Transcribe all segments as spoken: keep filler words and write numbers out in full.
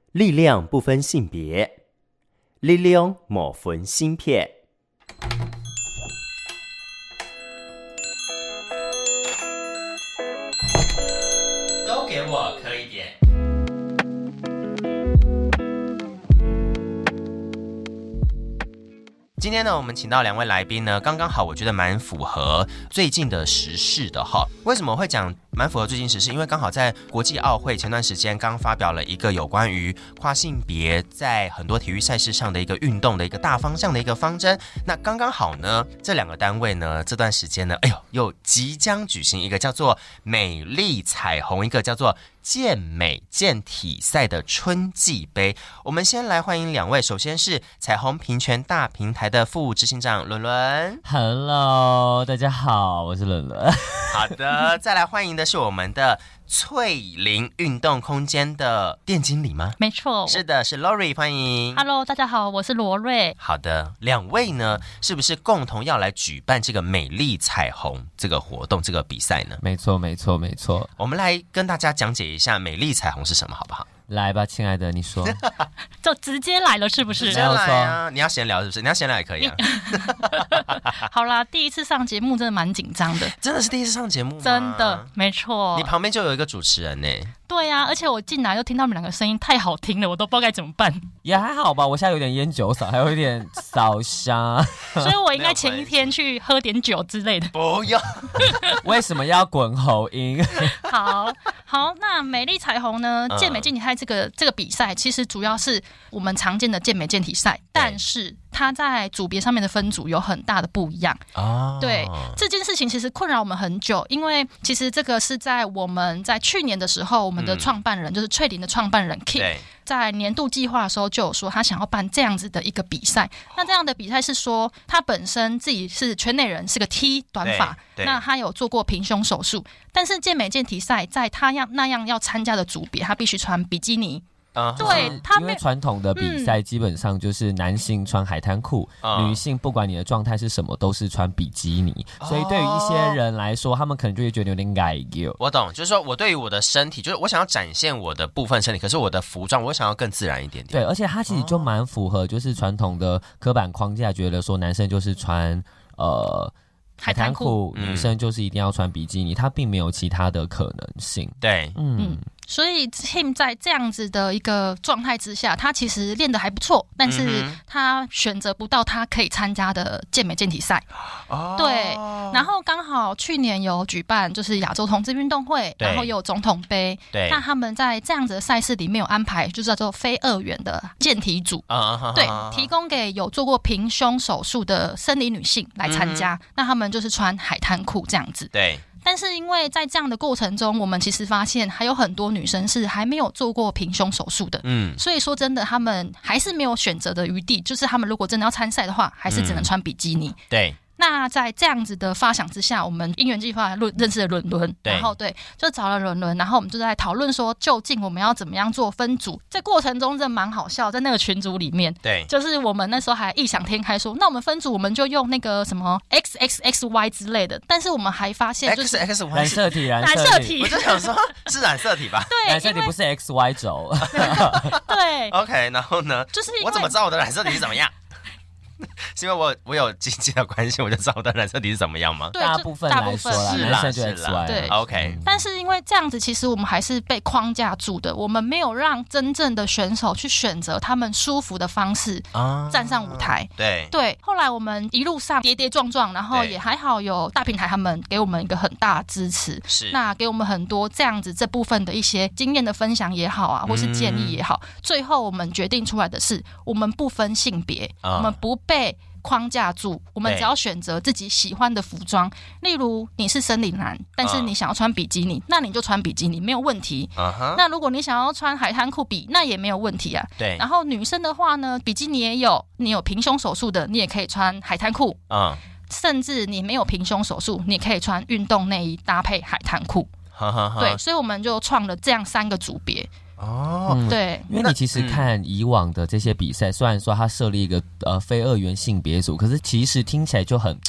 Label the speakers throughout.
Speaker 1: 力量不分性别，力量某分芯片。
Speaker 2: 都给我磕一点。今天呢，我们请到两位来宾呢，刚刚好，我觉得蛮符合最近的时事的哈。为什么会讲蛮符合最近时事？因为刚好在国际奥会前段时间刚发表了一个有关于跨性别在很多体育赛事上的一个运动的一个大方向的一个方针。那刚刚好呢，这两个单位呢，这段时间呢，哎呦，又即将举行一个叫做美丽彩虹，一个叫做健美健体赛的春季杯。我们先来欢迎两位，首先是彩虹平权大平台的副执行长伦伦。
Speaker 3: Hello， 大家好，我是伦伦。
Speaker 2: 好的，再来欢迎的是我们的翠林运动空间的店经理吗？
Speaker 4: 没错，
Speaker 2: 是的，是 Lori， 欢迎。
Speaker 4: Hello， 大家好，我是罗瑞。
Speaker 2: 好的，两位呢是不是共同要来举办这个美丽彩虹这个活动这个比赛呢？
Speaker 3: 没错没错没错，
Speaker 2: 我们来跟大家讲解一下美丽彩虹是什么好不好？
Speaker 3: 来吧，亲爱的，你说。
Speaker 4: 就直接来了是不是？
Speaker 2: 直接来啊！你要闲聊是不是？你要闲聊也可以啊。
Speaker 4: 好啦，第一次上节目真的蛮紧张的。
Speaker 2: 真的是第一次上节目吗？
Speaker 4: 真的，没错。
Speaker 2: 你旁边就有一个主持人呢。
Speaker 4: 对啊，而且我进来又听到你们两个声音太好听了，我都不知道该怎么办。
Speaker 3: 也还好吧，我现在有点烟酒嗓，还有一点烧香。
Speaker 4: 所以我应该前一天去喝点酒之类的。
Speaker 2: 不要。
Speaker 3: 为什么要滚喉音？
Speaker 4: 好好，那美丽彩虹呢？健美健体赛这个、嗯、这个比赛，其实主要是我们常见的健美健体赛，但是它在组别上面的分组有很大的不一样。哦，对，这件事情其实困扰我们很久，因为其实这个是在我们在去年的时候，我们的创办人、嗯、就是翠林的创办人 King。在年度计划的时候就有说他想要办这样子的一个比赛，那这样的比赛是说他本身自己是圈内人，是个 T 短发，那他有做过平胸手术，但是健美健体赛在他样那样要参加的组别，他必须穿比基尼。Uh-huh. 对，他
Speaker 3: 因为传统的比赛基本上就是男性穿海滩裤、嗯、女性不管你的状态是什么都是穿比基尼、oh. 所以对于一些人来说，他们可能就会觉得有点改掉。
Speaker 2: 我懂，就是说我对于我的身体，就是我想要展现我的部分身体，可是我的服装我想要更自然一点点。
Speaker 3: 对，而且它其实就蛮符合就是传统的刻板框架，觉得说男生就是穿呃海滩裤，女生就是一定要穿比基尼，它并没有其他的可能性。
Speaker 2: 对，
Speaker 4: 嗯。嗯，所以 Tim 在这样子的一个状态之下，他其实练得还不错，但是他选择不到他可以参加的健美健体赛。哦，对，然后刚好去年有举办就是亚洲同志运动会，然后也有总统杯，对，那他们在这样子的赛事里面有安排，就是叫做非二元的健体组，啊、对，提供给有做过平胸手术的生理女性来参加，嗯、那他们就是穿海滩裤这样子，
Speaker 2: 对。
Speaker 4: 但是因为在这样的过程中，我们其实发现还有很多女生是还没有做过平胸手术的，嗯，所以说真的他们还是没有选择的余地，就是他们如果真的要参赛的话，还是只能穿比基尼，嗯、对。那在这样子的发想之下，我们因缘计划认识了伦伦，然后对，就找了伦伦，然后我们就在讨论说，究竟我们要怎么样做分组。在过程中真的蛮好笑，在那个群组里面，对，就是我们那时候还异想天开说，那我们分组我们就用那个什么 X X X Y 之类的，但是我们还发现就是
Speaker 2: X X Y
Speaker 3: 染色体，
Speaker 4: 染色体，
Speaker 2: 我就想说是染色体吧？
Speaker 4: 对，
Speaker 3: 染色体不是 X Y 轴。
Speaker 4: 对
Speaker 2: ，OK， 然后呢？就是我怎么知道我的染色体是怎么样？是因为我我有经济的关系，我就知道我的染色体是怎么样吗？
Speaker 3: 对，大部分来说啦，男生就 X Y。
Speaker 4: 对
Speaker 2: ，OK、
Speaker 4: 嗯。但是因为这样子，其实我们还是被框架住的，我们没有让真正的选手去选择他们舒服的方式站上舞台。啊、
Speaker 2: 对
Speaker 4: 对。后来我们一路上跌跌撞撞，然后也还好有大平台他们给我们一个很大的支持，是那给我们很多这样子这部分的一些经验的分享也好啊，或是建议也好。嗯、最后我们决定出来的是，我们不分性别，啊、我们不被框架住，我们只要选择自己喜欢的服装。例如你是生理男，但是你想要穿比基尼， uh. 那你就穿比基尼没有问题。Uh-huh. 那如果你想要穿海滩裤比，那也没有问题啊。对。然后女生的话呢，比基尼也有，你有平胸手术的，你也可以穿海滩裤。Uh. 甚至你没有平胸手术，你可以穿运动内衣搭配海滩裤。Uh-huh. 对，所以我们就创了这样三个组别。
Speaker 3: 哦、嗯，对，因为你其实看以往的这些比赛，嗯、虽然说它设立一个呃非二元性别组，可是其实听起来就很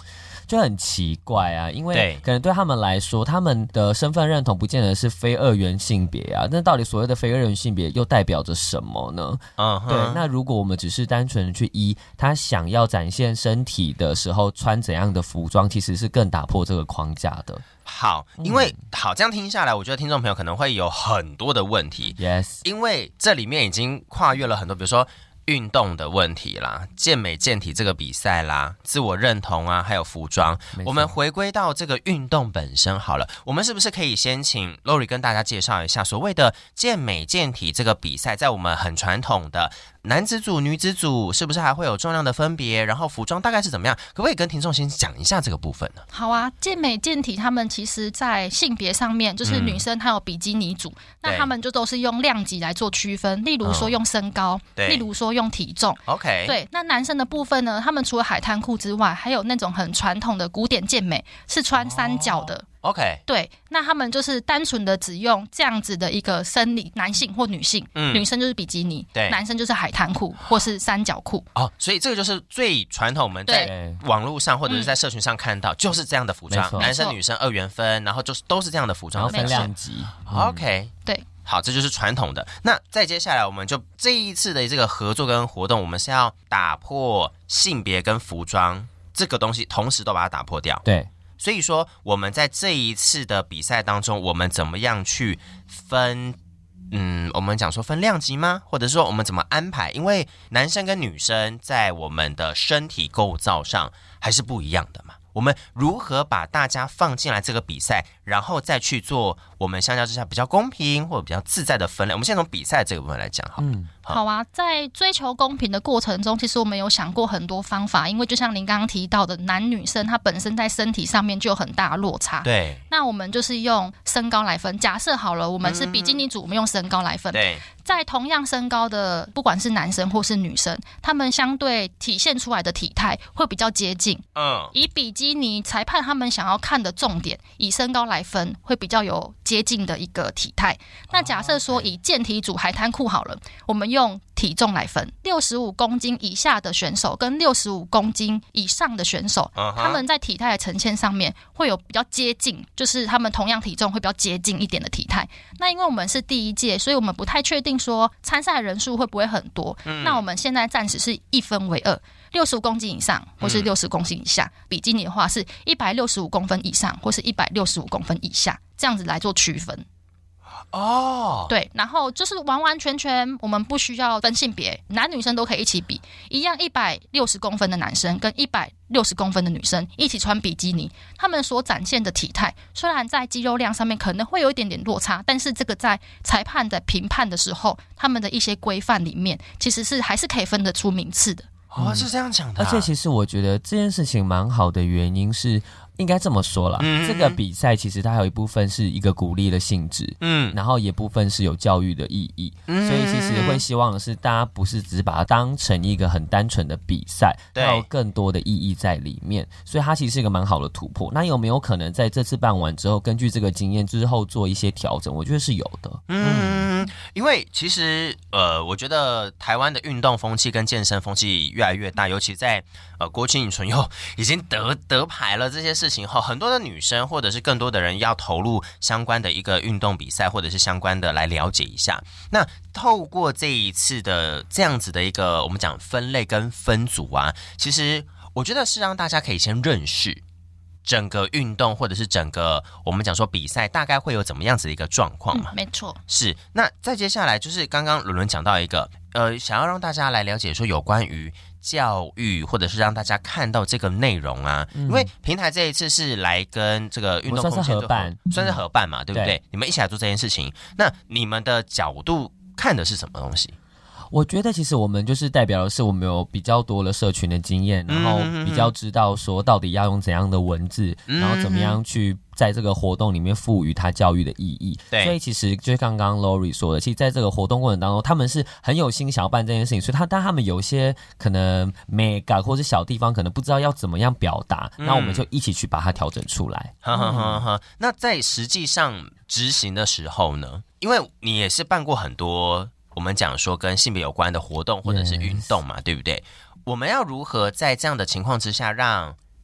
Speaker 3: 就很奇怪啊，因为可能对他们来说，他们的身份认同不见得是非二元性别啊，那到底所谓的非二元性别又代表着什么呢？嗯，对，那如果我们只是单纯的去依他想要展现身体的时候穿怎样的服装，其实是更打破这个框架的。
Speaker 2: 好，因为、嗯、好这样听下来，我觉得听众朋友可能会有很多的问题
Speaker 3: ，yes，
Speaker 2: 因为这里面已经跨越了很多，比如说运动的问题啦，健美健体这个比赛啦，自我认同啊，还有服装。我们回归到这个运动本身好了，我们是不是可以先请 Lori 跟大家介绍一下所谓的健美健体这个比赛，在我们很传统的男子组、女子组，是不是还会有重量的分别？然后服装大概是怎么样？可不可以跟听众先讲一下这个部分呢？
Speaker 4: 好啊，健美健体他们其实在性别上面，就是女生还有比基尼组，嗯、那他们就都是用量级来做区分，例如说用身高，嗯、例如说用体重。
Speaker 2: OK，
Speaker 4: 对，那男生的部分呢，他们除了海滩裤之外，还有那种很传统的古典健美，是穿三角的。
Speaker 2: Oh, OK，
Speaker 4: 对，那他们就是单纯的只用这样子的一个生理，男性或女性，嗯、女生就是比基尼，对，男生就是海滩裤或是三角裤。
Speaker 2: 哦，所以这个就是最传统，我们在网络上或者是在社群上看到，就是这样的服装，男生女生二元分，然后就是都是这样的服装，
Speaker 3: 然后分量级。
Speaker 2: OK，
Speaker 4: 对。
Speaker 2: 好，这就是传统的。那再接下来，我们就这一次的这个合作跟活动，我们是要打破性别跟服装这个东西，同时都把它打破掉。
Speaker 3: 对，
Speaker 2: 所以说我们在这一次的比赛当中，我们怎么样去分？嗯，我们讲说分量级吗？或者说我们怎么安排？因为男生跟女生在我们的身体构造上还是不一样的嘛。我们如何把大家放进来这个比赛，然后再去做我们相较之下比较公平或者比较自在的分类？我们先从比赛这个部分来讲好了。嗯，
Speaker 4: 好啊，在追求公平的过程中，其实我们有想过很多方法，因为就像您刚刚提到的，男女生他本身在身体上面就有很大的落差。
Speaker 2: 对，
Speaker 4: 那我们就是用身高来分。假设好了，我们是比基尼组，嗯、我们用身高来分。
Speaker 2: 对，
Speaker 4: 在同样身高的，不管是男生或是女生，他们相对体现出来的体态会比较接近。嗯，以比基尼裁判他们想要看的重点，以身高来分，会比较有接近的一个体态。那假设说以健体组海滩裤好了，我们用体重来分，六十五公斤以下的选手跟六十五公斤以上的选手， uh-huh. 他们在体态的呈现上面会有比较接近，就是他们同样体重会比较接近一点的体态。那因为我们是第一届，所以我们不太确定说参赛人数会不会很多。嗯、那我们现在暂时是一分为二，六十五公斤以上或是六十公斤以下，嗯、比基尼的话是一百六十五公分以上或是一百六十五公分以下，这样子来做区分。
Speaker 2: 哦，
Speaker 4: 对，然后就是完完全全我们不需要分性别，男女生都可以一起比，一样一百六十公分的男生跟一百六十公分的女生一起穿比基尼，他们所展现的体态虽然在肌肉量上面可能会有一点点落差，但是这个在裁判在评判的时候，他们的一些规范里面其实是还是可以分得出名次的。
Speaker 2: 哦，是这样讲的、啊。
Speaker 3: 而且其实我觉得这件事情蛮好的原因是，应该这么说啦，嗯、这个比赛其实它有一部分是一个鼓励的性质，嗯，然后也部分是有教育的意义，嗯，所以其实会希望的是大家不是只是把它当成一个很单纯的比赛，它有更多的意义在里面，所以它其实是一个蛮好的突破。那有没有可能在这次办完之后，根据这个经验之后做一些调整？我觉得是有的，
Speaker 2: 嗯，嗯因为其实呃，我觉得台湾的运动风气跟健身风气越来越大，尤其在呃郭婧淳又已经得得牌了这些事情后，很多的女生或者是更多的人要投入相关的一个运动比赛，或者是相关的来了解一下。那透过这一次的这样子的一个我们讲分类跟分组啊，其实我觉得是让大家可以先认识整个运动或者是整个我们讲说比赛大概会有怎么样子的一个状况嘛、
Speaker 4: 嗯、没错。
Speaker 2: 是，那再接下来就是刚刚伦伦讲到一个呃，想要让大家来了解说有关于教育或者是让大家看到这个内容啊、嗯、因为平台这一次是来跟这个运动空间
Speaker 3: 合办，
Speaker 2: 算是合办嘛、嗯、对不对？对，你们一起来做这件事情，那你们的角度看的是什么东西？
Speaker 3: 我觉得其实我们就是代表的是我们有比较多的社群的经验，然后比较知道说到底要用怎样的文字，嗯、然后怎么样去在这个活动里面赋予它教育的意义。对，所以其实就是刚刚 Lori 说的，其实在这个活动过程当中，他们是很有心想要办这件事情，所以他但他们有一些可能 mega 或是小地方可能不知道要怎么样表达，那、嗯、我们就一起去把它调整出来。
Speaker 2: 呵呵呵呵，那在实际上执行的时候呢，因为你也是办过很多我们讲说跟性别有关的活动或者是运动嘛， yes. 对不对？我们要如何在这样的情况之下让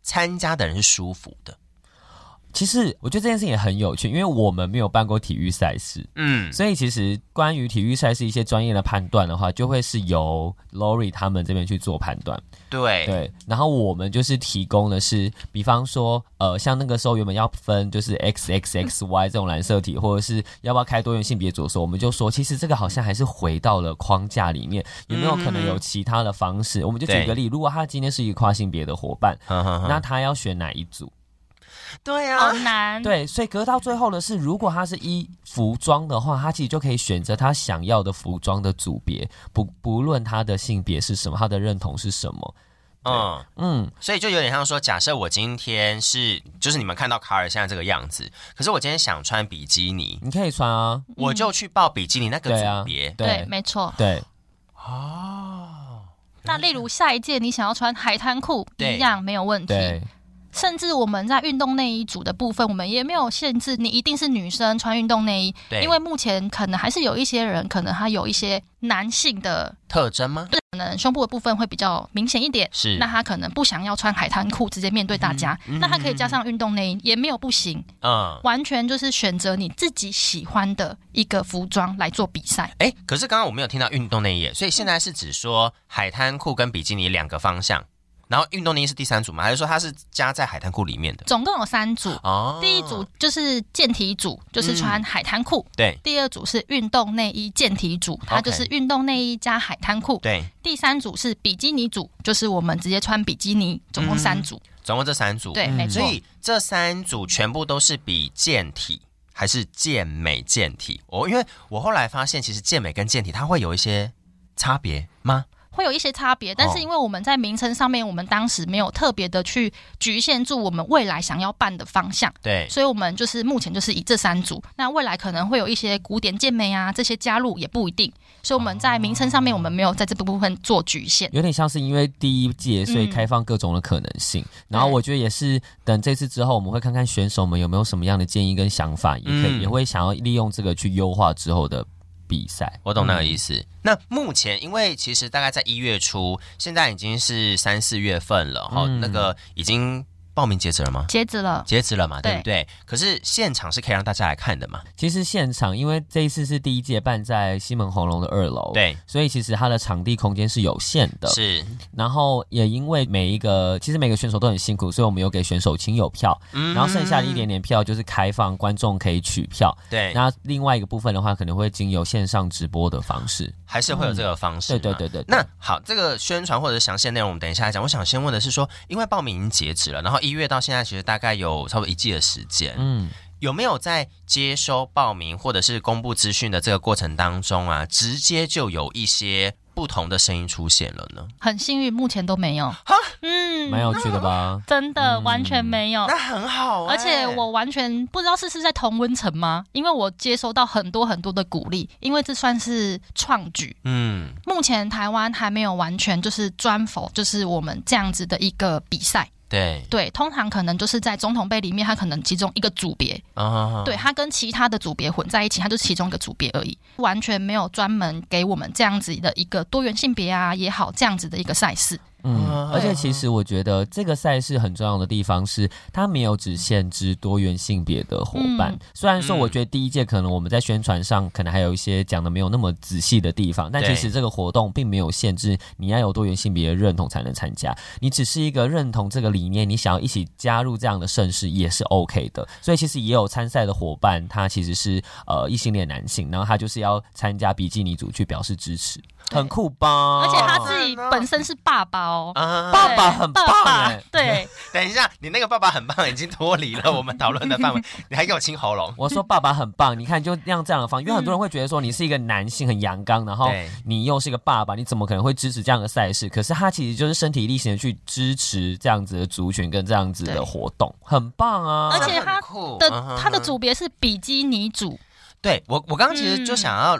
Speaker 2: 参加的人是舒服的？
Speaker 3: 其实我觉得这件事情也很有趣，因为我们没有办过体育赛事，嗯，所以其实关于体育赛事一些专业的判断的话，就会是由 Lori 他们这边去做判断。
Speaker 2: 对
Speaker 3: 对，然后我们就是提供的是，比方说，呃，像那个时候原本要分就是 X X X Y 这种染色体，或者是要不要开多元性别组的时候，我们就说，其实这个好像还是回到了框架里面，有没有可能有其他的方式？嗯、我们就举个例，如果他今天是一个跨性别的伙伴，那他要选哪一组？
Speaker 2: 对啊，
Speaker 4: 好难。
Speaker 3: 对，所以隔到最后的是，如果他是依服装的话，他其实就可以选择他想要的服装的组别，不不论他的性别是什么，他的认同是什么。
Speaker 2: 嗯嗯，所以就有点像说，假设我今天是，就是你们看到卡尔现在这个样子，可是我今天想穿比基尼，
Speaker 3: 你可以穿啊，
Speaker 2: 我就去报比基尼那个组别。
Speaker 3: 对,、啊、
Speaker 4: 对，没错。
Speaker 3: 对。
Speaker 2: 哦，
Speaker 4: 那例如下一届你想要穿海滩裤，一样没有问题。
Speaker 3: 对。
Speaker 4: 甚至我们在运动内衣组的部分，我们也没有限制你一定是女生穿运动内衣，因为目前可能还是有一些人，可能他有一些男性的
Speaker 2: 特征吗？
Speaker 4: 可能胸部的部分会比较明显一点，
Speaker 2: 是
Speaker 4: 那他可能不想要穿海滩裤直接面对大家，嗯、那他可以加上运动内衣，也没有不行，嗯，完全就是选择你自己喜欢的一个服装来做比赛。
Speaker 2: 哎，可是刚刚我没有听到运动内衣，所以现在是指说海滩裤跟比基尼两个方向。然后运动内衣是第三组吗？还是说它是加在海滩裤里面的？
Speaker 4: 总共有三组。
Speaker 2: 哦，
Speaker 4: 第一组就是健体组，就是穿海滩裤。
Speaker 2: 嗯、对。
Speaker 4: 第二组是运动内衣健体组，它就是运动内衣加海滩裤。
Speaker 2: 对。
Speaker 4: 第三组是比基尼组，就是我们直接穿比基尼，总共三组。
Speaker 2: 嗯、总共这三组。
Speaker 4: 对，没错。
Speaker 2: 所以这三组全部都是比健体还是健美健体？我因为我后来发现，其实健美跟健体它会有一些差别吗？
Speaker 4: 会有一些差别，但是因为我们在名称上面，我们当时没有特别的去局限住我们未来想要办的方向，
Speaker 2: 对，
Speaker 4: 所以我们就是目前就是以这三组，那未来可能会有一些古典健美啊这些加入也不一定，所以我们在名称上面我们没有在这部分做局限，
Speaker 3: 有点像是因为第一届所以开放各种的可能性，嗯、然后我觉得也是等这次之后，我们会看看选手们有没有什么样的建议跟想法，也可以、嗯、也会想要利用这个去优化之后的比赛。
Speaker 2: 我懂那个意思。嗯、那目前因为其实大概在一月初，现在已经是三四月份了哈、嗯，那个已经报名截止了吗？
Speaker 4: 截止了，
Speaker 2: 截止了嘛， 对, 对不对？可是现场是可以让大家来看的嘛？
Speaker 3: 其实现场因为这一次是第一届办在西门红楼的二楼，
Speaker 2: 对，
Speaker 3: 所以其实它的场地空间是有限的，
Speaker 2: 是。
Speaker 3: 然后也因为每一个其实每个选手都很辛苦，所以我们有给选手亲友票，嗯、然后剩下的一点点票就是开放观众可以取票，
Speaker 2: 对。
Speaker 3: 那另外一个部分的话，可能会经由线上直播的方式。
Speaker 2: 还是会有这个方式、嗯，
Speaker 3: 对对对 对,
Speaker 2: 对。那好，这个宣传或者详细的内容，我们等一下来讲。我想先问的是说，因为报名已经截止了，然后一月到现在其实大概有差不多一季的时间，嗯，有没有在接收报名或者是公布资讯的这个过程当中啊，直接就有一些不同的声音出现了呢？
Speaker 4: 很幸运，目前都没有。
Speaker 2: 哈，
Speaker 3: 嗯，蛮有趣的吧？
Speaker 4: 真的、嗯、完全没有，
Speaker 2: 那很好、欸。
Speaker 4: 而且我完全不知道是是在同温层吗？因为我接收到很多很多的鼓励，因为这算是创举。嗯，目前台湾还没有完全就是专否，就是我们这样子的一个比赛。
Speaker 2: 对
Speaker 4: 对，通常可能就是在总统杯里面，它可能其中一个组别，啊、对，它跟其他的组别混在一起，它就是其中一个组别而已，完全没有专门给我们这样子的一个多元性别啊也好，这样子的一个赛事。
Speaker 3: 嗯，而且其实我觉得这个赛事很重要的地方是，它没有只限制多元性别的伙伴。嗯、虽然说，我觉得第一届可能我们在宣传上可能还有一些讲的没有那么仔细的地方，但其实这个活动并没有限制你要有多元性别的认同才能参加，你只是一个认同这个理念，你想要一起加入这样的盛事也是 OK 的。所以其实也有参赛的伙伴，他其实是呃异性恋男性，然后他就是要参加比基尼组去表示支持。很酷吧？
Speaker 4: 而且他自己本身是爸爸哦，
Speaker 3: 啊、爸爸很棒哎。
Speaker 4: 对，
Speaker 2: 等一下，你那个爸爸很棒已经脱离了我们讨论的范围，你还给我清喉咙。
Speaker 3: 我说爸爸很棒，你看就让这样的方式，因为很多人会觉得说你是一个男性很阳刚，然后你又是一个爸爸，你怎么可能会支持这样的赛事？可是他其实就是身体力行的去支持这样子的族群跟这样子的活动，很棒啊！
Speaker 4: 而且他的他的组别是比基尼组。
Speaker 2: 对我，我刚刚其实就想要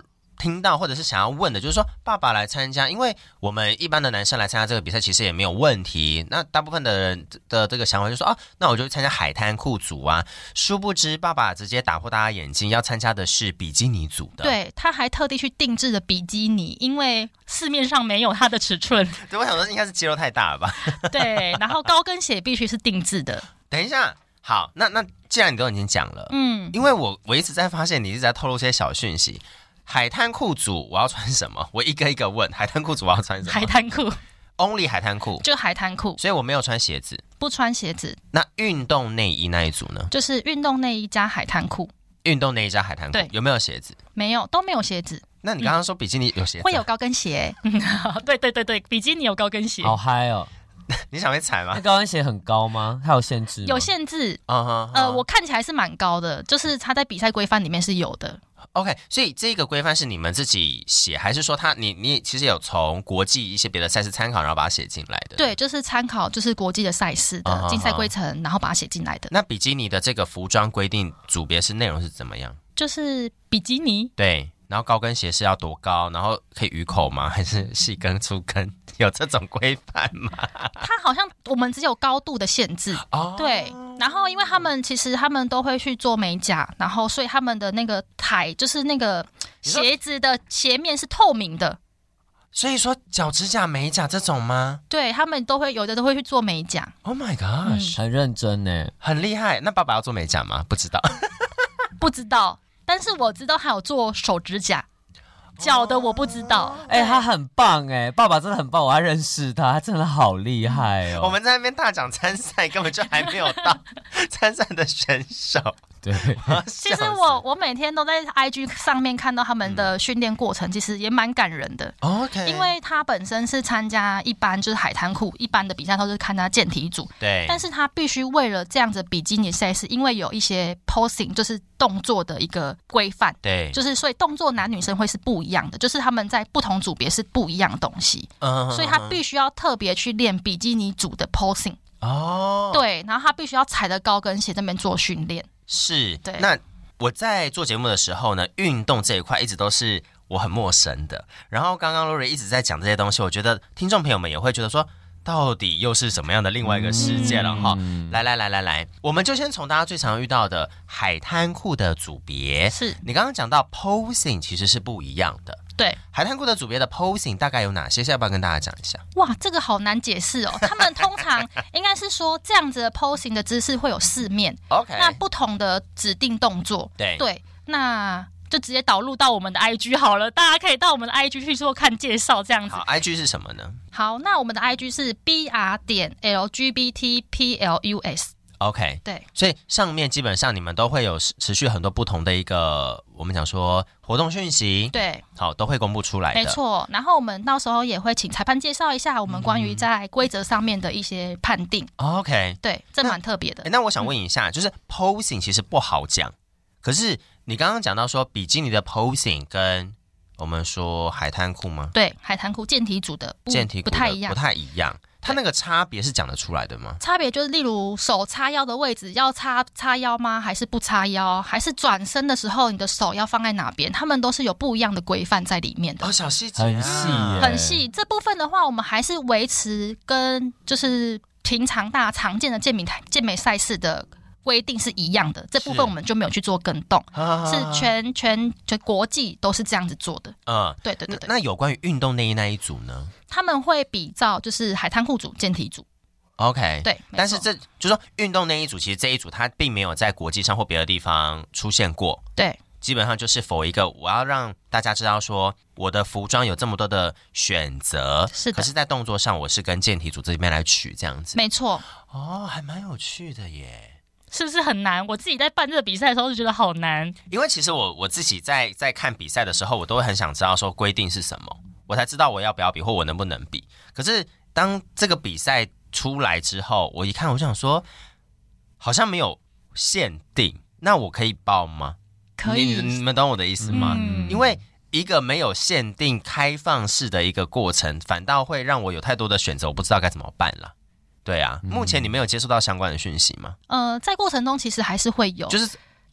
Speaker 2: 听到或者是想要问的，就是说爸爸来参加，因为我们一般的男生来参加这个比赛其实也没有问题。那大部分的人的这个想法就是说，哦，那我就参加海滩裤组啊。殊不知爸爸直接打破大家眼睛，要参加的是比基尼组的。
Speaker 4: 对，他还特地去定制的比基尼，因为市面上没有它的尺寸。
Speaker 2: 对，我想说应该是肌肉太大了吧。
Speaker 4: 对，然后高跟鞋必须是定制的。
Speaker 2: 等一下。好，那那既然你都已经讲了，嗯，因为我我一直在发现你一直在透露些小讯息。海滩裤组我要穿什么？我一个一个问，海滩裤组我要穿什么？
Speaker 4: 海滩裤
Speaker 2: ，only 海滩裤，
Speaker 4: 就海滩裤，
Speaker 2: 所以我没有穿鞋子，
Speaker 4: 不穿鞋子。
Speaker 2: 那运动内衣那一组呢？
Speaker 4: 就是运动内衣加海滩裤。
Speaker 2: 运动内衣加海滩裤，有没有鞋子？
Speaker 4: 没有，都没有鞋子。
Speaker 2: 那你刚刚说比基尼有鞋子、啊嗯？
Speaker 4: 会有高跟鞋。对对对对，比基尼有高跟鞋，
Speaker 3: 好嗨哦！
Speaker 2: 你想被踩吗？
Speaker 3: 那高跟鞋很高吗？它有限制吗？
Speaker 4: 有限制。
Speaker 2: Uh huh, uh huh.
Speaker 4: 呃，我看起来是蛮高的，就是它在比赛规范里面是有的。
Speaker 2: OK， 所以这个规范是你们自己写，还是说他你你其实有从国际一些别的赛事参考，然后把它写进来的？
Speaker 4: 对，就是参考就是国际的赛事的竞赛规程， uh huh. 然后把它写进来的。
Speaker 2: 那比基尼的这个服装规定组别是内容是怎么样？
Speaker 4: 就是比基尼。
Speaker 2: 对。然后高跟鞋是要多高？然后可以鱼口吗？还是细跟粗跟？有这种规范吗？
Speaker 4: 它好像我们只有高度的限制哦。对，然后因为他们其实他们都会去做美甲，然后所以他们的那个台就是那个鞋子的鞋面是透明的。
Speaker 2: 所以说脚指甲美甲这种吗？
Speaker 4: 对，他们都会有的都会去做美甲。
Speaker 2: Oh my gosh，、
Speaker 3: 嗯、很认真呢，
Speaker 2: 很厉害。那爸爸要做美甲吗？不知道，
Speaker 4: 不知道。但是我知道他有做手指甲，脚的我不知道。
Speaker 3: 哎、欸，他很棒哎，爸爸真的很棒，我还认识他，他真的好厉害哦。
Speaker 2: 我们在那边大讲参赛，根本就还没有到参赛的选手。
Speaker 3: 对，
Speaker 4: 其实我我每天都在 I G 上面看到他们的训练过程，嗯、其实也蛮感人的。
Speaker 2: OK，
Speaker 4: 因为他本身是参加一般就是海滩裤一般的比赛，都是看他健体组。
Speaker 2: 对，
Speaker 4: 但是他必须为了这样子比基尼赛事，因为有一些 posing 就是动作的一个规范。
Speaker 2: 对，
Speaker 4: 就是所以动作男女生会是不一样的，就是他们在不同组别是不一样的东西。嗯，所以他必须要特别去练比基尼组的 posing。哦，对，然后他必须要踩着高跟鞋在那边做训练。
Speaker 2: 是，对。那我在做节目的时候呢，运动这一块一直都是我很陌生的。然后刚刚 Lori 一直在讲这些东西，我觉得听众朋友们也会觉得说，到底又是什么样的另外一个世界了哈？嗯、来来来来来，我们就先从大家最常遇到的海滩裤的组别。
Speaker 4: 是
Speaker 2: 你刚刚讲到 posing 其实是不一样的。
Speaker 4: 对，
Speaker 2: 海滩裤的组别的 posing 大概有哪些？要不要跟大家讲一下？
Speaker 4: 哇，这个好难解释哦。他们通常应该是说这样子的 posing 的姿势会有四面
Speaker 2: ，OK，
Speaker 4: 那不同的指定动作，
Speaker 2: 对
Speaker 4: 对，那就直接导入到我们的 I G 好了，大家可以到我们的 I G 去做看介绍，这样子。
Speaker 2: 好 ，I G 是什么呢？
Speaker 4: 好，那我们的 I G 是 B R 点 L G B T P L U S。OK，
Speaker 2: 对，所以上面基本上你们都会有持续很多不同的一个，我们讲说活动讯息，
Speaker 4: 对，
Speaker 2: 好，都会公布出来的，
Speaker 4: 没错。然后我们到时候也会请裁判介绍一下我们关于在规则上面的一些判定。
Speaker 2: 嗯、OK，
Speaker 4: 对，这蛮特别的。
Speaker 2: 那我想问一下，嗯、就是 posing 其实不好讲，可是你刚刚讲到说比基尼的 posing 跟我们说海滩裤吗？
Speaker 4: 对，海滩裤健体组的
Speaker 2: 健体
Speaker 4: 不太一样，
Speaker 2: 不太一样。它那个差别是讲得出来的吗？
Speaker 4: 差别就是例如手叉腰的位置要叉叉腰吗？还是不叉腰？还是转身的时候你的手要放在哪边？他们都是有不一样的规范在里面的。
Speaker 2: 哦，小细节、啊、
Speaker 3: 很细耶，
Speaker 4: 很细。这部分的话，我们还是维持跟就是平常大家常见的健美健美赛事的规定是一样的，这部分我们就没有去做更动，是, 是全全全国际都是这样子做的。
Speaker 2: 嗯，
Speaker 4: 对对对对。
Speaker 2: 那, 那有关于运动内衣那一组呢？
Speaker 4: 他们会比照就是海滩裤组、健体组。
Speaker 2: OK，
Speaker 4: 对。
Speaker 2: 但是这就是说运动内衣组，其实这一组它并没有在国际上或别的地方出现过。
Speaker 4: 对。
Speaker 2: 基本上就是否一个我要让大家知道说我的服装有这么多的选择，
Speaker 4: 是的，
Speaker 2: 可是在动作上我是跟健体组这边来取这样子。
Speaker 4: 没错。
Speaker 2: 哦，还蛮有趣的耶。
Speaker 4: 是不是很难？我自己在办这个比赛的时候就觉得好难，
Speaker 2: 因为其实我我自己在在看比赛的时候，我都会很想知道说规定是什么，我才知道我要不要比或我能不能比。可是当这个比赛出来之后，我一看我就想说，好像没有限定，那我可以报吗？
Speaker 4: 可以，
Speaker 2: 你, 你们懂我的意思吗？嗯、因为一个没有限定、开放式的一个过程，反倒会让我有太多的选择，我不知道该怎么办了。对啊，目前你没有接触到相关的讯息吗？
Speaker 4: 呃，在过程中其实还是会有，
Speaker 2: 就是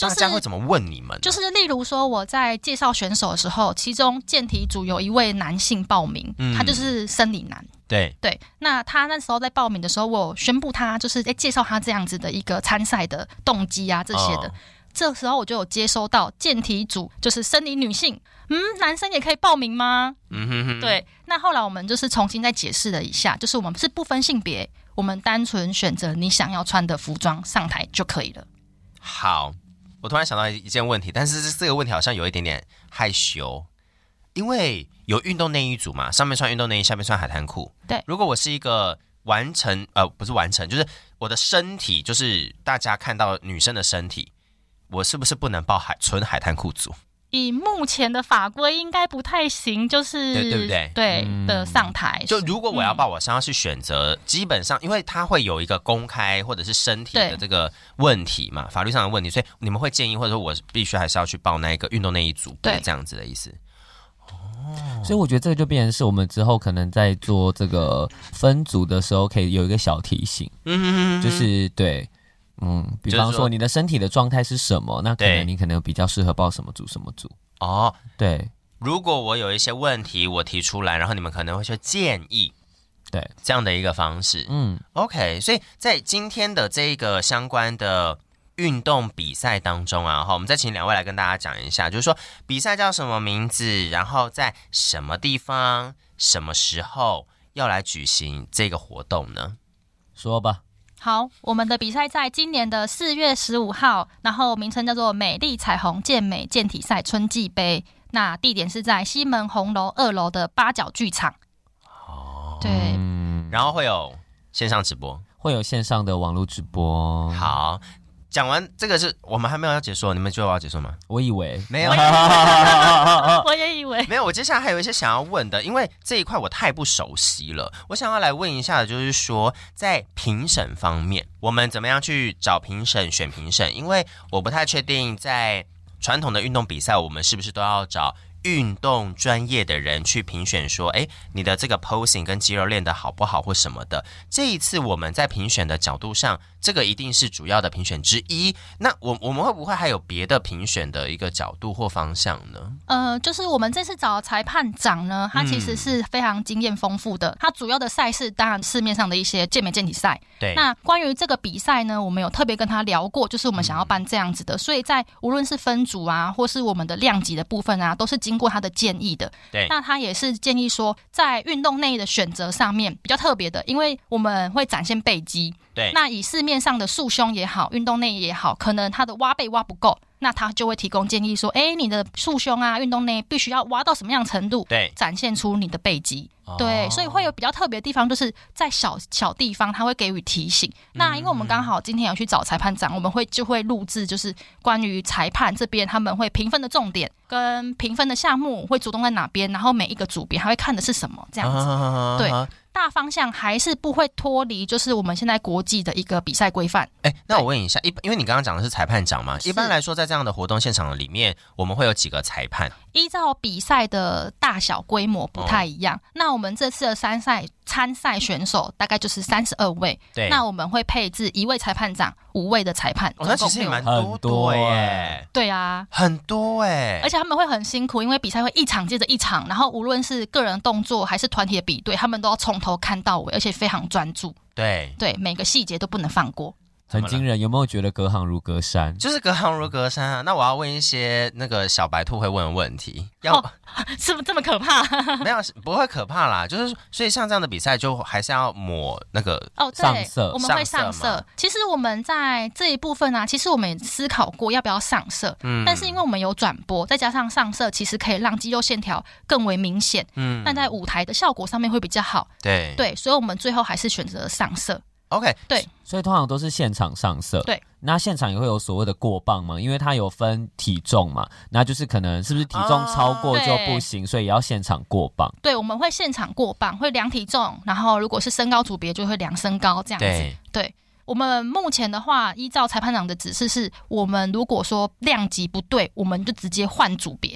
Speaker 4: 就是
Speaker 2: 大家会怎么问你们？
Speaker 4: 就是例如说我在介绍选手的时候，其中健体组有一位男性报名，嗯、他就是生理男。
Speaker 2: 对
Speaker 4: 对，那他那时候在报名的时候，我有宣布他就是在介绍他这样子的一个参赛的动机啊这些的。哦，这时候我就有接收到健体组就是生理女性，嗯，男生也可以报名吗？嗯哼哼。对，那后来我们就是重新再解释了一下，就是我们是不分性别，我们单纯选择你想要穿的服装上台就可以了。
Speaker 2: 好，我突然想到一件问题，但是这个问题好像有一点点害羞，因为有运动内衣组嘛，上面穿运动内衣，下面穿海滩裤。
Speaker 4: 对，
Speaker 2: 如果我是一个完成呃不是完成，就是我的身体，就是大家看到女生的身体，我是不是不能报海纯海滩裤组？
Speaker 4: 以目前的法规应该不太行，就是
Speaker 2: 对对不对？
Speaker 4: 对、嗯、的上台。
Speaker 2: 就如果我要报，我想要去选择，嗯、基本上因为它会有一个公开或者是身体的这个问题嘛，法律上的问题，所以你们会建议，或者说我必须还是要去报那个运动内衣组，对，这样子的意思。
Speaker 3: 哦，所以我觉得这个就变成是我们之后可能在做这个分组的时候，可以有一个小提醒，嗯，就是对。嗯，比方说你的身体的状态是什么，那可能你可能比较适合报什么组什么组。
Speaker 2: 哦，
Speaker 3: 对，
Speaker 2: 如果我有一些问题我提出来，然后你们可能会去建议，
Speaker 3: 对，
Speaker 2: 这样的一个方式。嗯 ，OK， 所以在今天的这个相关的运动比赛当中啊，我们再请两位来跟大家讲一下，就是说比赛叫什么名字，然后在什么地方、什么时候要来举行这个活动呢？
Speaker 3: 说吧。
Speaker 4: 好，我们的比赛在今年的四月十五号，然后名称叫做美丽彩虹健美健体赛春季杯，那地点是在西门红楼二楼的八角剧场。哦，对、
Speaker 2: 嗯，然后会有线上直播，
Speaker 3: 会有线上的网络直播。
Speaker 2: 好。讲完这个是我们还没有要结束，你们就要结束吗？
Speaker 3: 我以为
Speaker 2: 没有，
Speaker 4: 我也以为
Speaker 2: 没有。我接下来还有一些想要问的，因为这一块我太不熟悉了。我想要来问一下的就是说，在评审方面，我们怎么样去找评审、选评审？因为我不太确定，在传统的运动比赛，我们是不是都要找运动专业的人去评选说，哎，你的这个 posing 跟肌肉练得好不好或什么的。这一次我们在评选的角度上，这个一定是主要的评选之一。那我我们会不会还有别的评选的一个角度或方向呢？
Speaker 4: 呃，就是我们这次找的裁判长呢，他其实是非常经验丰富的。嗯、他主要的赛事当然市面上的一些健美健体赛。
Speaker 2: 对。
Speaker 4: 那关于这个比赛呢，我们有特别跟他聊过，就是我们想要办这样子的，嗯、所以在无论是分组啊，或是我们的量级的部分啊，都是经过他的建议的。
Speaker 2: 对。
Speaker 4: 那他也是建议说，在运动内的选择上面比较特别的，因为我们会展现背肌。
Speaker 2: 对，
Speaker 4: 那以市面上的束胸也好，运动内也好，可能它的挖背挖不够，那他就会提供建议说，哎，你的束胸啊，运动内必须要挖到什么样程度，
Speaker 2: 对，
Speaker 4: 展现出你的背肌。对，所以会有比较特别的地方，就是在小小地方他会给予提醒。嗯、那因为我们刚好今天有去找裁判长，我们会就会录制，就是关于裁判这边他们会评分的重点跟评分的项目会主动在哪边，然后每一个组别还会看的是什么这样子。啊、对。大方向还是不会脱离，就是我们现在国际的一个比赛规范。
Speaker 2: 哎，那我问一下，一因为你刚刚讲的是裁判长嘛，一般来说，在这样的活动现场里面，我们会有几个裁判？
Speaker 4: 依照比赛的大小规模不太一样。哦、那我们这次的参赛参赛选手大概就是三十二位。
Speaker 2: 对，
Speaker 4: 那我们会配置一位裁判长，五位的裁判。
Speaker 2: 哦，那其实也蛮多多耶。
Speaker 4: 对啊，
Speaker 2: 很多哎，
Speaker 4: 而且他们会很辛苦，因为比赛会一场接着一场，然后无论是个人动作还是团体的比对，他们都要从头看到尾，而且非常专注。
Speaker 2: 对对，
Speaker 4: 每个细节都不能放过。
Speaker 3: 很惊人，有没有觉得隔行如隔山？
Speaker 2: 就是隔行如隔山啊！那我要问一些那个小白兔会问的问题，要、
Speaker 4: 哦、是不是这么可怕？
Speaker 2: 没有，不会可怕啦。就是所以像这样的比赛，就还是要抹那个
Speaker 4: 哦，对，上色，我们会上色。其实我们在这一部分啊，其实我们也思考过要不要上色，嗯，但是因为我们有转播，再加上上色，其实可以让肌肉线条更为明显，嗯，但在舞台的效果上面会比较好，
Speaker 2: 对
Speaker 4: 对，所以我们最后还是选择上色。
Speaker 2: OK，
Speaker 4: 对，
Speaker 3: 所以通常都是现场上色。
Speaker 4: 对，
Speaker 3: 那现场也会有所谓的过磅嘛，因为它有分体重嘛，那就是可能是不是体重超过就不行，哦、所以也要现场过磅。
Speaker 4: 对，我们会现场过磅，会量体重，然后如果是身高组别就会量身高这样子。
Speaker 2: 对，
Speaker 4: 对，我们目前的话，依照裁判长的指示是，我们如果说量级不对，我们就直接换组别。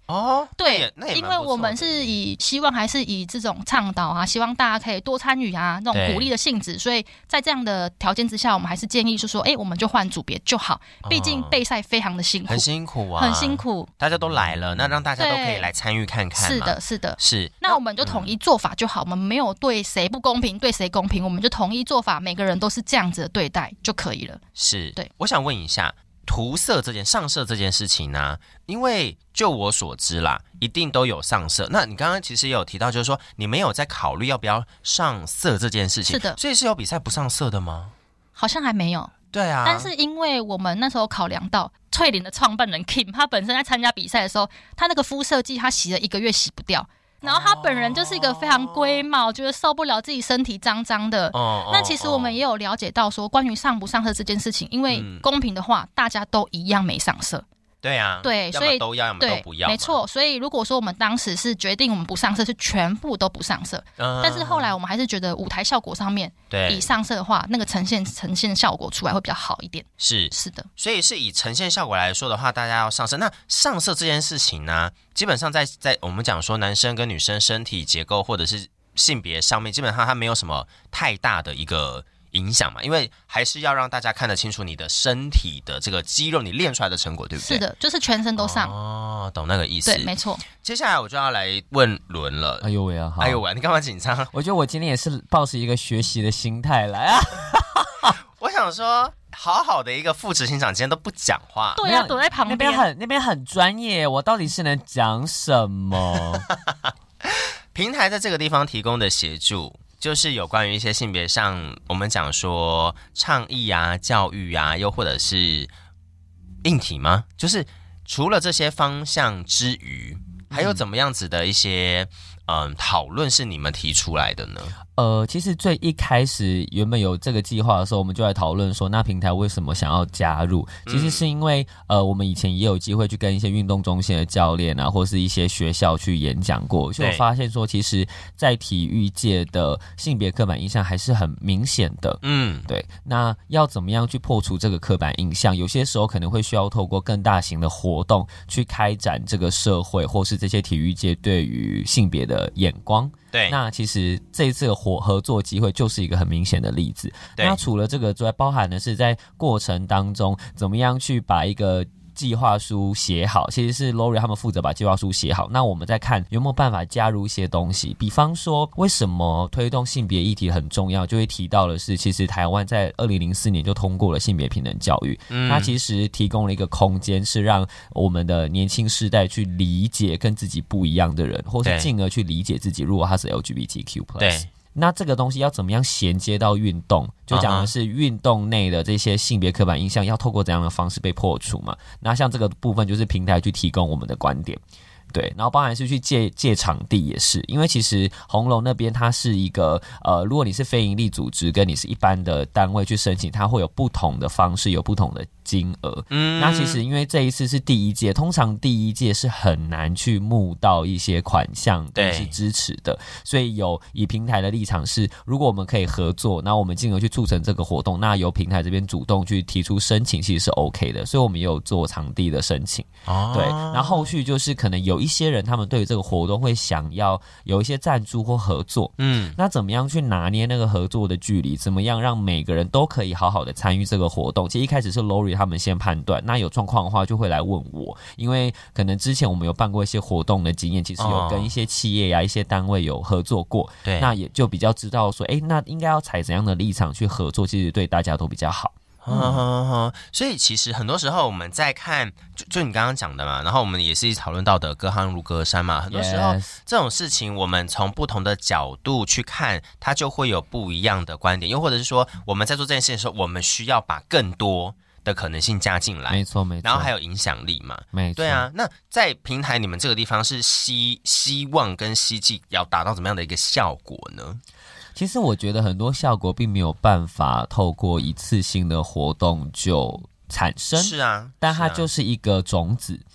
Speaker 2: 哦，
Speaker 4: 对，
Speaker 2: 那也
Speaker 4: 因为我们是以希望还是以这种倡导啊，希望大家可以多参与啊，那种鼓励的性质，所以在这样的条件之下，我们还是建议是说，哎，我们就换组别就好，毕竟备赛非常的辛苦，
Speaker 2: 很辛苦啊，
Speaker 4: 很辛苦，
Speaker 2: 大家都来了，那让大家都可以来参与看看嘛。
Speaker 4: 是的，是的，
Speaker 2: 是。
Speaker 4: 那我们就统一做法就好，我们没有对谁不公平，对谁公平，我们就统一做法，每个人都是这样子的对待就可以了。
Speaker 2: 是，
Speaker 4: 对。
Speaker 2: 我想问一下。涂色这件上色这件事情呢、啊，因为就我所知啦，一定都有上色。那你刚刚其实也有提到，就是说你没有在考虑要不要上色这件事情。
Speaker 4: 是的，
Speaker 2: 所以是有比赛不上色的吗？
Speaker 4: 好像还没有。
Speaker 2: 对啊，
Speaker 4: 但是因为我们那时候考量到翠林的创办人 Kim， 他本身在参加比赛的时候，他那个肤色剂他洗了一个月洗不掉。然后他本人就是一个非常龟毛，觉得受不了自己身体脏脏的。哦、那其实我们也有了解到说，关于上不上色这件事情，因为公平的话，大家都一样没上色。
Speaker 2: 对啊，
Speaker 4: 对，所以
Speaker 2: 都要，要么都不要，
Speaker 4: 没错。所以如果说我们当时是决定我们不上色，是全部都不上色。嗯、但是后来我们还是觉得舞台效果上面，对，以上色的话，那个呈现呈现效果出来会比较好一点。
Speaker 2: 是
Speaker 4: 是的，
Speaker 2: 所以是以呈现效果来说的话，大家要上色。那上色这件事情呢，基本上在在我们讲说男生跟女生身体结构或者是性别上面，基本上它没有什么太大的一个影响嘛，因为还是要让大家看得清楚你的身体的这个肌肉，你练出来的成果，对不对？
Speaker 4: 是的，就是全身都上。
Speaker 2: 哦，懂那个意思。
Speaker 4: 对，没错。
Speaker 2: 接下来我就要来问伦了。
Speaker 3: 哎呦喂啊！
Speaker 2: 哎呦喂，你干嘛紧张？
Speaker 3: 我觉得我今天也是抱持一个学习的心态来啊。
Speaker 2: 我想说，好好的一个副执行长今天都不讲话。
Speaker 4: 对啊，躲在旁边。
Speaker 3: 那边很那边很专业，我到底是能讲什么？
Speaker 2: 平台在这个地方提供的协助，就是有关于一些性别上，我们讲说倡议啊、教育啊，又或者是硬体吗？就是除了这些方向之余，还有怎么样子的一些嗯讨论是你们提出来的呢？
Speaker 3: 呃，其实最一开始原本有这个计划的时候，我们就来讨论说，那平台为什么想要加入？其实是因为、嗯、呃，我们以前也有机会去跟一些运动中心的教练啊，或是一些学校去演讲过，就有发现说，其实，在体育界的性别刻板印象还是很明显的。嗯，对。那要怎么样去破除这个刻板印象？有些时候可能会需要透过更大型的活动去开展这个社会或是这些体育界对于性别的眼光。
Speaker 2: 对，
Speaker 3: 那其实这一次的合合作机会就是一个很明显的例子。那除了这个之外，包含的是在过程当中怎么样去把一个计划书写好，其实是 Lori 他们负责把计划书写好。那我们再看有没有办法加入一些东西，比方说为什么推动性别议题很重要，就会提到的是，其实台湾在二零零四年就通过了性别平等教育，嗯、它其实提供了一个空间，是让我们的年轻世代去理解跟自己不一样的人，或是进而去理解自己，如果他是 L G B T Q plus。对。那这个东西要怎么样衔接到运动？就讲的是运动内的这些性别刻板印象要透过怎样的方式被破除嘛？那像这个部分就是平台去提供我们的观点。对，然后包含是去借借场地也是，因为其实红楼那边它是一个呃，如果你是非营利组织跟你是一般的单位去申请，它会有不同的方式，有不同的金额。嗯，那其实因为这一次是第一届，通常第一届是很难去募到一些款项都是支持的，所以有以平台的立场是，如果我们可以合作，那我们进而去促成这个活动，那由平台这边主动去提出申请，其实是 OK 的，所以我们也有做场地的申请。哦，对，然后后续就是可能有一些人他们对于这个活动会想要有一些赞助或合作，嗯，那怎么样去拿捏那个合作的距离？怎么样让每个人都可以好好的参与这个活动？其实一开始是 Lori 他们先判断，那有状况的话就会来问我，因为可能之前我们有办过一些活动的经验，其实有跟一些企业呀、啊、一些单位有合作过，对，那也就比较知道说，哎，那应该要采怎样的立场去合作，其实对大家都比较好。
Speaker 2: 嗯嗯嗯，所以其实很多时候我们在看，就就你刚刚讲的嘛，然后我们也是讨论到的隔行如隔山嘛，很多时候、yes. 这种事情我们从不同的角度去看，它就会有不一样的观点，又或者是说我们在做这件事情的时候，我们需要把更多的可能性加进来，
Speaker 3: 没错没错，
Speaker 2: 然后还有影响力嘛，
Speaker 3: 没错，
Speaker 2: 对啊。那在平台你们这个地方是希希望跟希冀要达到怎么样的一个效果呢？
Speaker 3: 其实我觉得很多效果并没有办法透过一次性的活动就产生，
Speaker 2: 是啊，
Speaker 3: 但它就是一个种子。
Speaker 2: 对，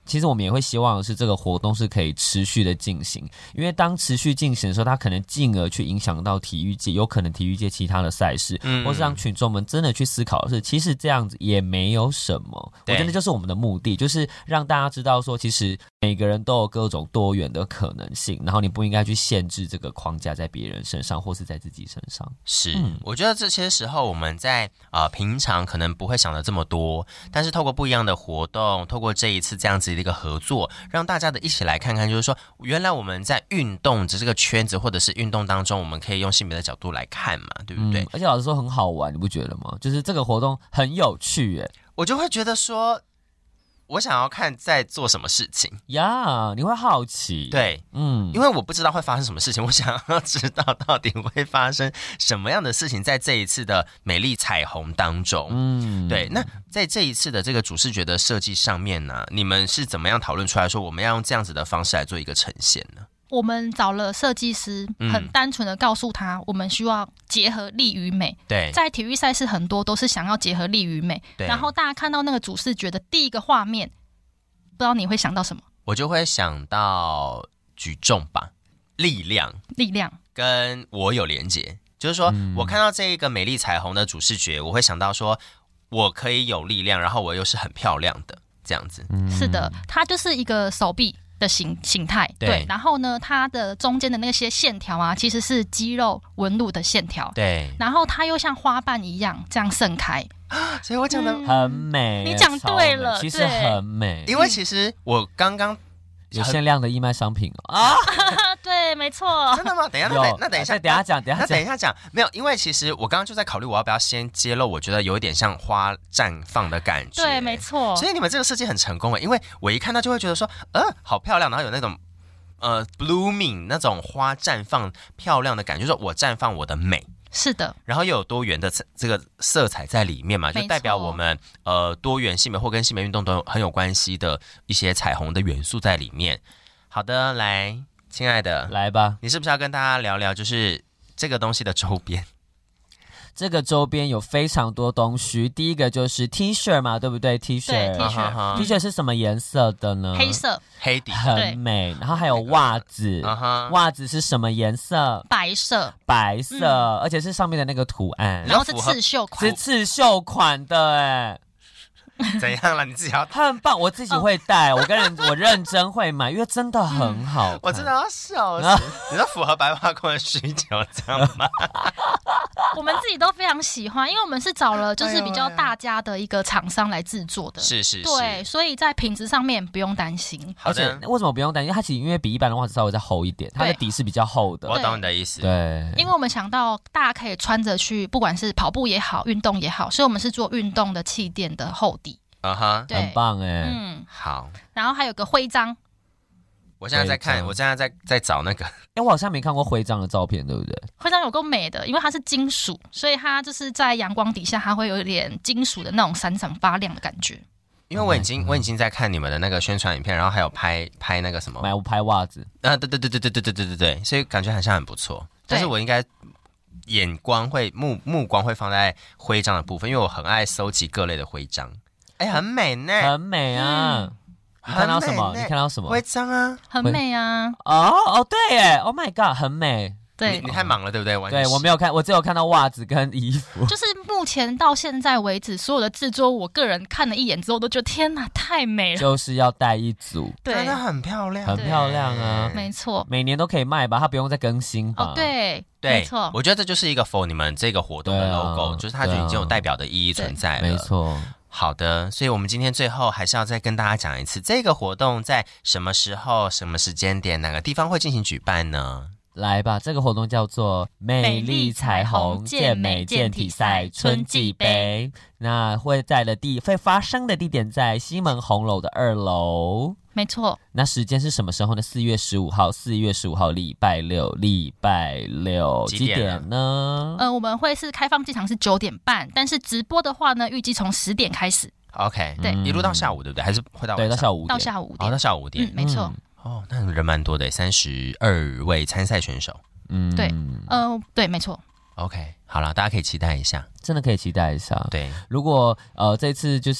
Speaker 3: 其实我们也会希望的是这个活动是可以持续的进行，因为当持续进行的时候，它可能进而去影响到体育界，有可能体育界其他的赛事，嗯、或是让群众们真的去思考的是，其实这样子也没有什么。我觉得就是我们的目的，就是让大家知道说，其实每个人都有各种多元的可能性，然后你不应该去限制这个框架在别人身上，或是在自己身上。
Speaker 2: 是，嗯、我觉得这些时候我们在呃平常可能不会想的这么多，但是透过不一样的活动，透过这一次这样子的一个合作，让大家的一起来看看，就是说，原来我们在运动这个圈子，或者是运动当中，我们可以用性别的角度来看嘛，对不对？嗯、
Speaker 3: 而且老实说很好玩，你不觉得吗？就是这个活动很有趣耶，
Speaker 2: 我就会觉得说，我想要看在做什么事情
Speaker 3: 呀， yeah, 你会好奇，
Speaker 2: 对，嗯，因为我不知道会发生什么事情，我想要知道到底会发生什么样的事情在这一次的美丽彩虹当中，嗯，对。那在这一次的这个主视觉的设计上面呢，你们是怎么样讨论出来说我们要用这样子的方式来做一个呈现呢？
Speaker 4: 我们找了设计师，很单纯的告诉他，嗯、我们需要结合力与美。
Speaker 2: 对，
Speaker 4: 在体育赛事很多都是想要结合力与美。然后大家看到那个主视觉的第一个画面，不知道你会想到什么？
Speaker 2: 我就会想到举重吧，力量，
Speaker 4: 力量
Speaker 2: 跟我有连结，就是说、嗯、我看到这一个美丽彩虹的主视觉，我会想到说我可以有力量，然后我又是很漂亮的这样子。
Speaker 4: 嗯、是的，它就是一个手臂的形形态， 对, 对，然后呢，它的中间的那些线条啊，其实是肌肉纹路的线条，
Speaker 2: 对，
Speaker 4: 然后它又像花瓣一样这样盛开，
Speaker 2: 所以我讲的、
Speaker 3: 嗯、很美，
Speaker 4: 你讲对了，
Speaker 3: 其实很美，
Speaker 2: 因为其实我刚刚
Speaker 3: 有限量的义卖商品哦啊，
Speaker 4: 对，没错，
Speaker 2: 真的吗？等一下，那那等一下，
Speaker 3: 等一下讲，等一下
Speaker 2: 那等一下讲，没有，因为其实我刚刚就在考虑我要不要先揭露，我觉得有一点像花绽放的感觉，
Speaker 4: 对，没错，
Speaker 2: 所以你们这个设计很成功诶，因为我一看到就会觉得说，呃，好漂亮，然后有那种呃 blooming 那种花绽放漂亮的感觉，就是我绽放我的美。
Speaker 4: 是的，
Speaker 2: 然后又有多元的这个色彩在里面嘛，就代表我们呃多元性别或跟性别运动都有很有关系的一些彩虹的元素在里面。好的，来，亲爱的，
Speaker 3: 来吧，
Speaker 2: 你是不是要跟大家聊聊，就是这个东西的周边？
Speaker 3: 这个周边有非常多东西，第一个就是 T 恤嘛，对不对 ？T 恤，
Speaker 4: 对 T 恤、
Speaker 3: uh-huh. T 恤是什么颜色的呢？
Speaker 4: 黑色，
Speaker 2: 黑底，
Speaker 3: 很美。然后还有袜子，
Speaker 2: uh-huh.
Speaker 3: 袜子是什么颜色？
Speaker 4: 白色，
Speaker 3: 白色、嗯，而且是上面的那个图案，
Speaker 4: 然后是刺绣款，
Speaker 3: 是刺绣款的，哎。
Speaker 2: 怎样了？你自己要
Speaker 3: 很棒，我自己会戴，我跟人我认真会买，因为真的很好、嗯。
Speaker 2: 我真的要笑死，你说符合白花裤的需求，这样吗？
Speaker 4: 我们自己都非常喜欢，因为我们是找了就是比较大家的一个厂商来制作的，
Speaker 2: 是是是，
Speaker 4: 对，所以在品质上面不用担心。
Speaker 3: 而且为什么不用担心？它其实因为比一般的袜子稍微再厚一点，它的底是比较厚的。
Speaker 2: 我懂你的意思。
Speaker 3: 对，
Speaker 4: 因为我们想到大家可以穿着去，不管是跑步也好，运动也好，所以我们是做运动的气垫的厚底。
Speaker 2: 啊哈，
Speaker 3: 很棒哎，
Speaker 4: 嗯，
Speaker 2: 好。
Speaker 4: 然后还有个徽章，
Speaker 2: 我现在在看，我现在在在找那个，
Speaker 3: 哎，我好像没看过徽章的照片，对不对？
Speaker 4: 徽章有够美的，因为它是金属，所以它就是在阳光底下，它会有一点金属的那种闪闪发亮的感觉。
Speaker 2: 因为我已经我已经在看你们的那个宣传影片，然后还有拍拍那个什么，
Speaker 3: 买拍袜子
Speaker 2: 啊，对对对对对对对对对对，所以感觉好像很不错。但是我应该眼光会目目光会放在徽章的部分，因为我很爱收集各类的徽章。哎、欸，很美呢，
Speaker 3: 很美啊！嗯、你看到什么？你看到什么？
Speaker 2: 徽章啊，
Speaker 4: 很美啊！
Speaker 3: 哦哦，对耶 ！Oh my god， 很美。
Speaker 4: 对，
Speaker 2: 你, 你太忙了，对不对？
Speaker 3: 对，我没有看，我只有看到袜子跟衣服。
Speaker 4: 就是目前到现在为止，所有的制作，我个人看了一眼之后，都觉得天哪，太美了！
Speaker 3: 就是要带一组，
Speaker 4: 对，
Speaker 2: 真的很漂亮，
Speaker 3: 很漂亮啊！
Speaker 4: 没错，
Speaker 3: 每年都可以卖吧？它不用再更新吧？
Speaker 4: 哦，对。
Speaker 2: 对，
Speaker 4: 没错，
Speaker 2: 我觉得这就是一个 for 你们这个活动的 logo，、啊、就是它就已经有代表的意义存在了。
Speaker 3: 没错。
Speaker 2: 好的，所以我们今天最后还是要再跟大家讲一次，这个活动在什么时候、什么时间点、哪个地方会进行举办呢？
Speaker 3: 来吧，这个活动叫做美丽彩虹健美健体赛春季杯，那会在的地会发生的地点在西门红楼的二楼。
Speaker 4: 没错，
Speaker 3: 那时间是什么时候呢？四月十五号，四月十五号礼拜六，礼拜六几点呢？
Speaker 4: 呃，我们会是开放进场是九点半，但是直播的话呢，预计从十点开始。
Speaker 2: OK，
Speaker 4: 对，
Speaker 2: 一路到下午，对不对？还是会到晚上？
Speaker 3: 对，到下午五点，
Speaker 4: 到下午五点，
Speaker 2: 哦，到下午五点，
Speaker 4: 嗯，没错。嗯
Speaker 2: 哦，那人蛮多的，三十二位参赛选手。
Speaker 3: 嗯，
Speaker 4: 对，呃，对，没错。
Speaker 2: OK， 好了，大家可以期待一下，
Speaker 3: 真的可以期待一下。
Speaker 2: 对，
Speaker 3: 如果呃这次就是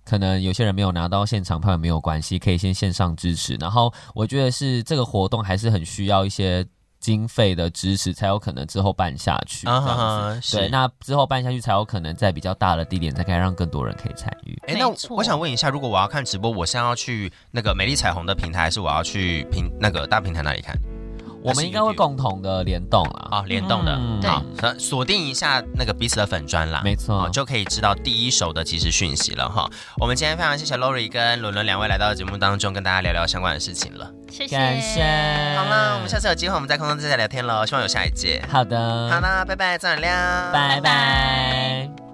Speaker 3: 可能有些人没有拿到现场票也没有关系，可以先线上支持。然后我觉得是这个活动还是很需要一些经费的支持，才有可能之后办下去。这样子， uh-huh, 对，那之后办下去才有可能在比较大的地点，才可以让更多人可以参与。
Speaker 2: 哎，那我想问一下，如果我要看直播，我是要去那个美丽彩虹的平台，还是我要去平那个大平台那里看？
Speaker 3: 我们应该会共同的联动啦，
Speaker 2: 啊、哦，联动的，
Speaker 4: 嗯、
Speaker 2: 好，锁定一下那个彼此的粉专啦，
Speaker 3: 没错、
Speaker 2: 哦，就可以知道第一手的即时讯息了哈。我们今天非常谢谢 Lori 跟伦伦两位来到节目当中，跟大家聊聊相关的事情了，
Speaker 4: 谢谢，
Speaker 3: 感谢。
Speaker 2: 好了，我们下次有机会我们在空中再聊天了，希望有下一届。
Speaker 3: 好的，
Speaker 2: 好啦，拜拜，张冉亮，
Speaker 3: 拜拜。